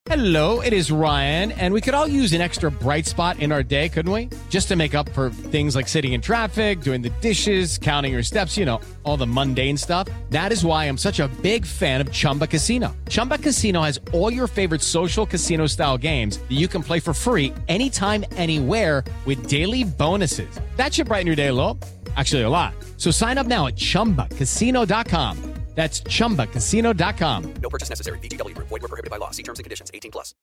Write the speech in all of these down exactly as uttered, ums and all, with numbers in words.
Hello, it is Ryan, and we could all use an extra bright spot in our day, couldn't we? Just to make up for things like sitting in traffic, doing the dishes, counting your steps, you know, all the mundane stuff. That is why I'm such a big fan of Chumba Casino. Chumba Casino has all your favorite social casino-style games that you can play for free anytime, anywhere with daily bonuses. That should brighten your day a little. Actually, a lot. So sign up now at chumba casino dot com. That's chumba casino dot com. No purchase necessary. V G W Group. Void where prohibited by law. See terms and conditions. eighteen plus.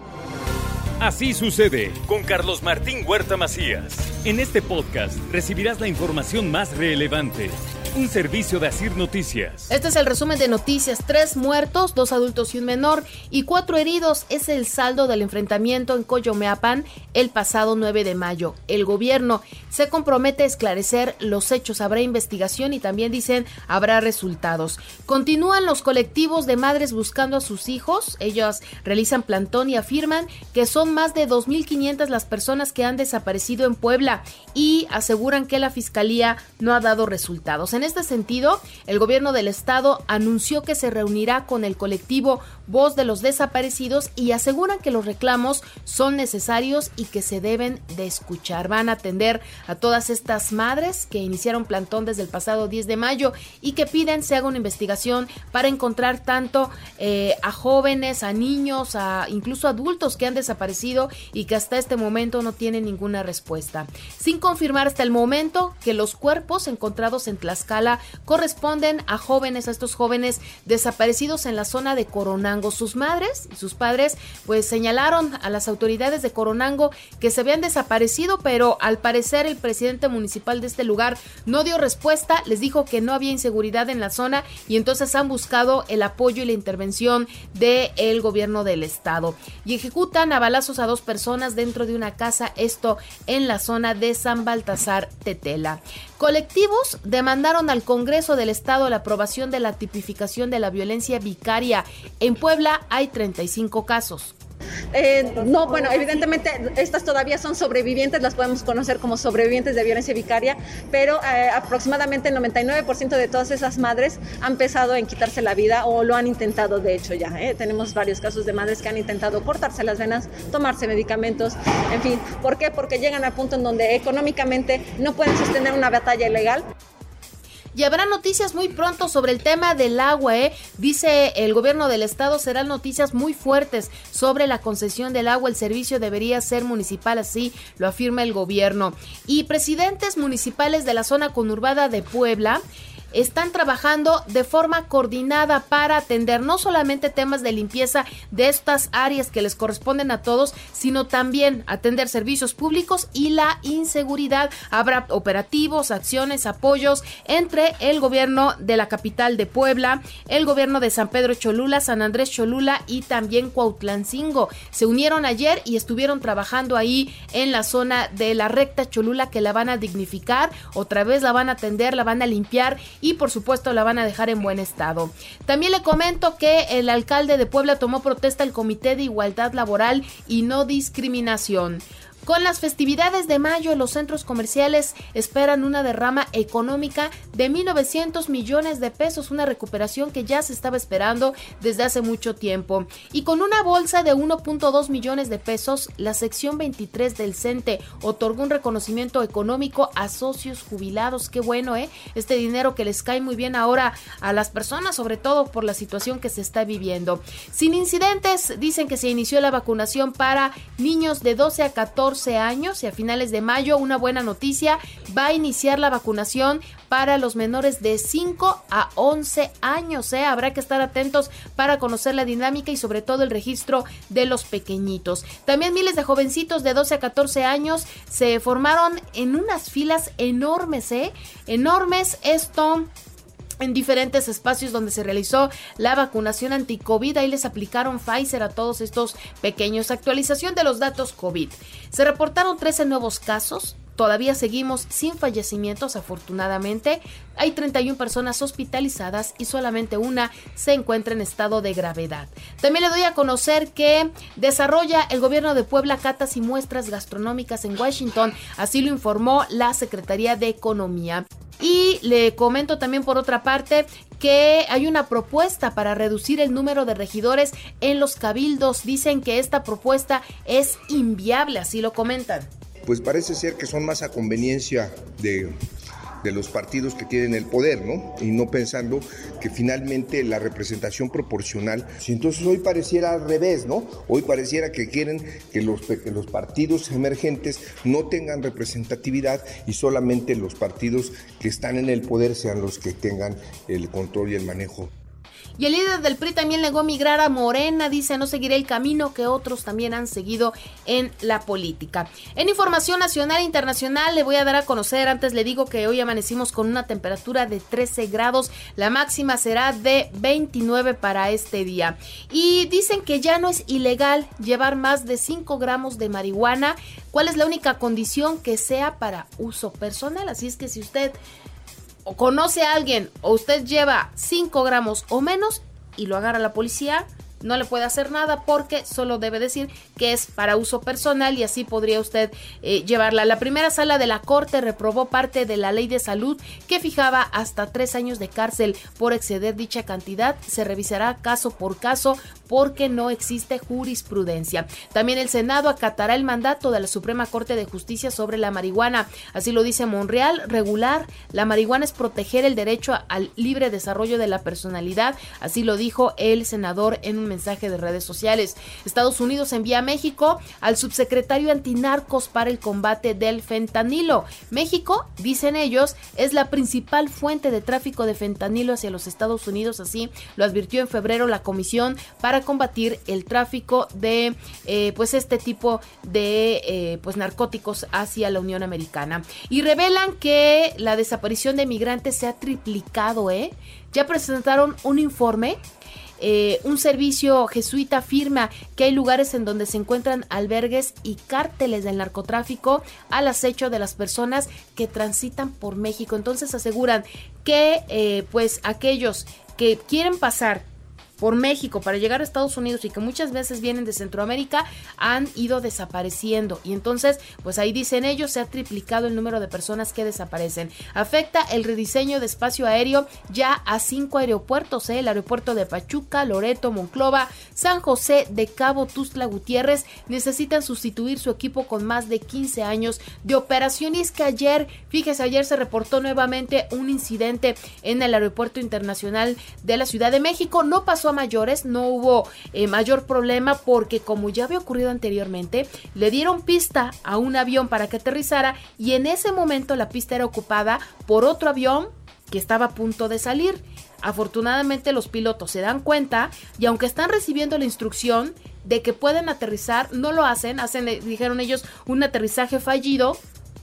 Así sucede con Carlos Martín Huerta Macías. En este podcast recibirás la información más relevante. Un servicio de Asir Noticias. Este es el resumen de noticias. Tres muertos, dos adultos y un menor, y cuatro heridos es el saldo del enfrentamiento en Coyomeapan el pasado nueve de mayo. El gobierno se compromete a esclarecer los hechos. Habrá investigación y también dicen habrá resultados. Continúan los colectivos de madres buscando a sus hijos. Ellas realizan plantón y afirman que son más de dos mil quinientas las personas que han desaparecido en Puebla y aseguran que la fiscalía no ha dado resultados. En En este sentido, el gobierno del estado anunció que se reunirá con el colectivo Voz de los Desaparecidos y aseguran que los reclamos son necesarios y que se deben de escuchar. Van a atender a todas estas madres que iniciaron plantón desde el pasado diez de mayo y que piden se haga una investigación para encontrar tanto eh, a jóvenes, a niños, a incluso adultos que han desaparecido y que hasta este momento no tienen ninguna respuesta. Sin confirmar hasta el momento que los cuerpos encontrados en Tlaxcala corresponden a jóvenes, a estos jóvenes desaparecidos en la zona de Coronango. Sus madres y sus padres pues señalaron a las autoridades de Coronango que se habían desaparecido, pero al parecer el presidente municipal de este lugar no dio respuesta, les dijo que no había inseguridad en la zona y entonces han buscado el apoyo y la intervención del gobierno del estado. Y ejecutan a balazos a dos personas dentro de una casa, esto en la zona de San Baltasar Tetela. Colectivos demandaron al Congreso del Estado la aprobación de la tipificación de la violencia vicaria. En Puebla hay treinta y cinco casos. Eh, no, bueno, evidentemente estas todavía son sobrevivientes, las podemos conocer como sobrevivientes de violencia vicaria, pero eh, aproximadamente el noventa y nueve por ciento de todas esas madres han pensado en quitarse la vida o lo han intentado de hecho ya. ¿eh? Tenemos varios casos de madres que han intentado cortarse las venas, tomarse medicamentos, en fin. ¿Por qué? Porque llegan al punto en donde económicamente no pueden sostener una batalla ilegal. Y habrá noticias muy pronto sobre el tema del agua, ¿eh? Dice el gobierno del estado, serán noticias muy fuertes sobre la concesión del agua. El servicio debería ser municipal, así lo afirma el gobierno. Y presidentes municipales de la zona conurbada de Puebla están trabajando de forma coordinada para atender no solamente temas de limpieza de estas áreas que les corresponden a todos, sino también atender servicios públicos y la inseguridad. Habrá operativos, acciones, apoyos entre el gobierno de la capital de Puebla, el gobierno de San Pedro Cholula, San Andrés Cholula y también Cuautlancingo. Se unieron ayer y estuvieron trabajando ahí en la zona de la recta Cholula, que la van a dignificar, otra vez la van a atender, la van a limpiar y por supuesto la van a dejar en buen estado. También le comento que el alcalde de Puebla tomó protesta al Comité de Igualdad Laboral y No Discriminación. Con las festividades de mayo, los centros comerciales esperan una derrama económica de mil novecientos millones de pesos, una recuperación que ya se estaba esperando desde hace mucho tiempo. Y con una bolsa de uno punto dos millones de pesos, la sección veintitrés del CENTE otorgó un reconocimiento económico a socios jubilados. Qué bueno, ¿eh? Este dinero que les cae muy bien ahora a las personas, sobre todo por la situación que se está viviendo. Sin incidentes, dicen que se inició la vacunación para niños de doce a catorce años y a finales de mayo, una buena noticia, va a iniciar la vacunación para los menores de cinco a once años. ¿eh? Habrá que estar atentos para conocer la dinámica y sobre todo el registro de los pequeñitos. También miles de jovencitos de doce a catorce años se formaron en unas filas enormes, ¿eh? enormes, esto en diferentes espacios donde se realizó la vacunación anti-COVID. Ahí les aplicaron Pfizer a todos estos pequeños. Actualización de los datos COVID. Se reportaron trece nuevos casos todavía seguimos sin fallecimientos, afortunadamente. Hay treinta y una personas hospitalizadas y solamente una se encuentra en estado de gravedad. También le doy a conocer que desarrolla el gobierno de Puebla catas y muestras gastronómicas en Washington, así lo informó la Secretaría de Economía. Y le comento también por otra parte que hay una propuesta para reducir el número de regidores en los cabildos. Dicen que esta propuesta es inviable, así lo comentan. Pues parece ser que son más a conveniencia de, de los partidos que tienen el poder, ¿no? Y no pensando que finalmente la representación proporcional, entonces hoy pareciera al revés, ¿no? Hoy pareciera que quieren que los, que los partidos emergentes no tengan representatividad y solamente los partidos que están en el poder sean los que tengan el control y el manejo. Y el líder del P R I también negó migrar a Morena, dice no seguiré el camino que otros también han seguido en la política. En información nacional e internacional le voy a dar a conocer, antes le digo que hoy amanecimos con una temperatura de trece grados, la máxima será de veintinueve para este día. Y dicen que ya no es ilegal llevar más de cinco gramos de marihuana. ¿Cuál es la única condición? Que sea para uso personal, así es que si usted o conoce a alguien o usted lleva cinco gramos o menos y lo agarra la policía, no le puede hacer nada porque solo debe decir que es para uso personal y así podría usted eh, llevarla. La primera sala de la Corte reprobó parte de la ley de salud que fijaba hasta tres años de cárcel por exceder dicha cantidad. Se revisará caso por caso porque no existe jurisprudencia. También el Senado acatará el mandato de la Suprema Corte de Justicia sobre la marihuana. Así lo dice Monreal, regular la marihuana es proteger el derecho al libre desarrollo de la personalidad. Así lo dijo el senador en un mensaje de redes sociales. Estados Unidos envía a México al subsecretario antinarcos para el combate del fentanilo. México, dicen ellos, es la principal fuente de tráfico de fentanilo hacia los Estados Unidos, así lo advirtió en febrero la Comisión para combatir el tráfico de eh, pues este tipo de eh, pues narcóticos hacia la Unión Americana. Y revelan que la desaparición de migrantes se ha triplicado, ¿eh? Ya presentaron un informe. Eh, un servicio jesuita afirma que hay lugares en donde se encuentran albergues y cárteles del narcotráfico al acecho de las personas que transitan por México. Entonces aseguran que eh, pues aquellos que quieren pasar por México para llegar a Estados Unidos y que muchas veces vienen de Centroamérica han ido desapareciendo y entonces pues ahí dicen ellos se ha triplicado el número de personas que desaparecen. Afecta el rediseño de espacio aéreo ya a cinco aeropuertos, ¿eh? El aeropuerto de Pachuca, Loreto, Monclova, San José de Cabo, Tuxtla Gutiérrez necesitan sustituir su equipo con más de quince años de operación. Y es que ayer, fíjese, ayer se reportó nuevamente un incidente en el aeropuerto internacional de la Ciudad de México. No pasó a mayores, no hubo eh, mayor problema porque como ya había ocurrido anteriormente, le dieron pista a un avión para que aterrizara y en ese momento la pista era ocupada por otro avión que estaba a punto de salir. Afortunadamente los pilotos se dan cuenta y aunque están recibiendo la instrucción de que pueden aterrizar, no lo hacen, hacen, dijeron ellos, un aterrizaje fallido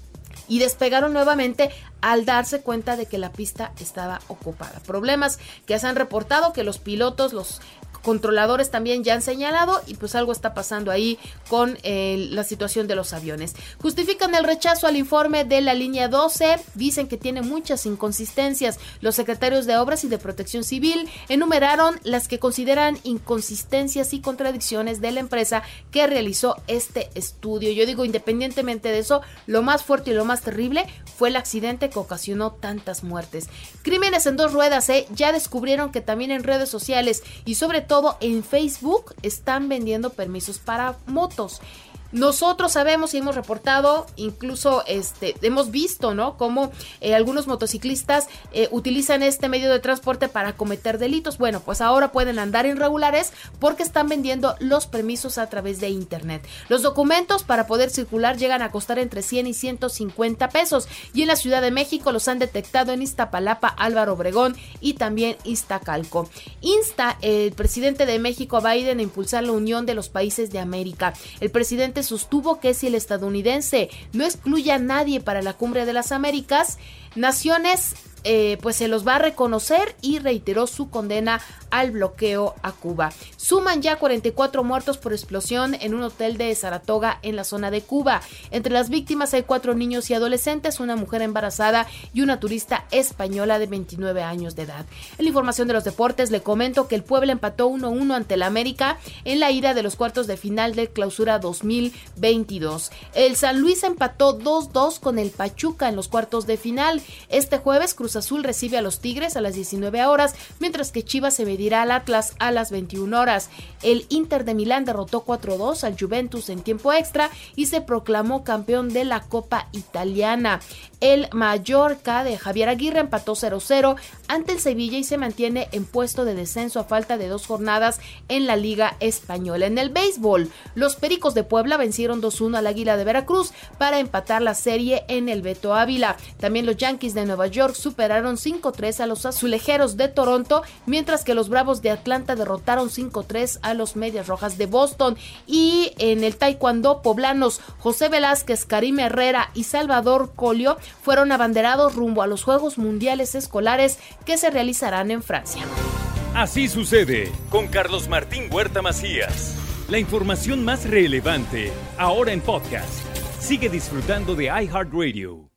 y despegaron nuevamente al darse cuenta de que la pista estaba ocupada. Problemas que se han reportado, que los pilotos, los controladores también ya han señalado y pues algo está pasando ahí con eh, la situación de los aviones. Justifican el rechazo al informe de la línea doce, dicen que tiene muchas inconsistencias. Los secretarios de Obras y de Protección Civil enumeraron las que consideran inconsistencias y contradicciones de la empresa que realizó este estudio. Yo digo, independientemente de eso, lo más fuerte y lo más terrible fue el accidente que ocasionó tantas muertes. Crímenes en dos ruedas, ¿eh? Ya descubrieron que también en redes sociales y sobre todo en Facebook están vendiendo permisos para motos. Nosotros sabemos y hemos reportado, incluso este, hemos visto, ¿no? Cómo eh, algunos motociclistas eh, utilizan este medio de transporte para cometer delitos. Bueno, pues ahora pueden andar irregulares porque están vendiendo los permisos a través de internet. Los documentos para poder circular llegan a costar entre cien y ciento cincuenta pesos y en la Ciudad de México los han detectado en Iztapalapa, Álvaro Obregón y también Iztacalco. Insta el presidente de México a Biden a impulsar la unión de los países de América. El presidente sostuvo que si el estadounidense no excluye a nadie para la Cumbre de las Américas, naciones eh, pues se los va a reconocer y reiteró su condena al bloqueo a Cuba. Suman ya cuarenta y cuatro muertos por explosión en un hotel de Saratoga en la zona de Cuba. Entre las víctimas hay cuatro niños y adolescentes, una mujer embarazada y una turista española de veintinueve años de edad. En la información de los deportes le comento que el Puebla empató uno a uno ante el América en la ida de los cuartos de final de Clausura dos mil veintidós. El San Luis empató dos a dos con el Pachuca en los cuartos de final. Este jueves Cruz Azul recibe a los Tigres a las diecinueve horas, mientras que Chivas se medirá al Atlas a las veintiuna horas. El Inter de Milán derrotó cuatro a dos al Juventus en tiempo extra y se proclamó campeón de la Copa Italiana. El Mallorca de Javier Aguirre empató cero a cero ante el Sevilla y se mantiene en puesto de descenso a falta de dos jornadas en la Liga Española. En el béisbol, los Pericos de Puebla vencieron dos a uno al Águila de Veracruz para empatar la serie en el Beto Ávila. También los Yankees de Nueva York superaron cinco a tres a los Azulejeros de Toronto, mientras que los Bravos de Atlanta derrotaron cinco a tres a los Medias Rojas de Boston. Y en el taekwondo, poblanos José Velázquez, Karim Herrera y Salvador Colio fueron abanderados rumbo a los Juegos Mundiales Escolares que se realizarán en Francia. Así sucede con Carlos Martín Huerta Macías. La información más relevante, ahora en podcast. Sigue disfrutando de iHeartRadio.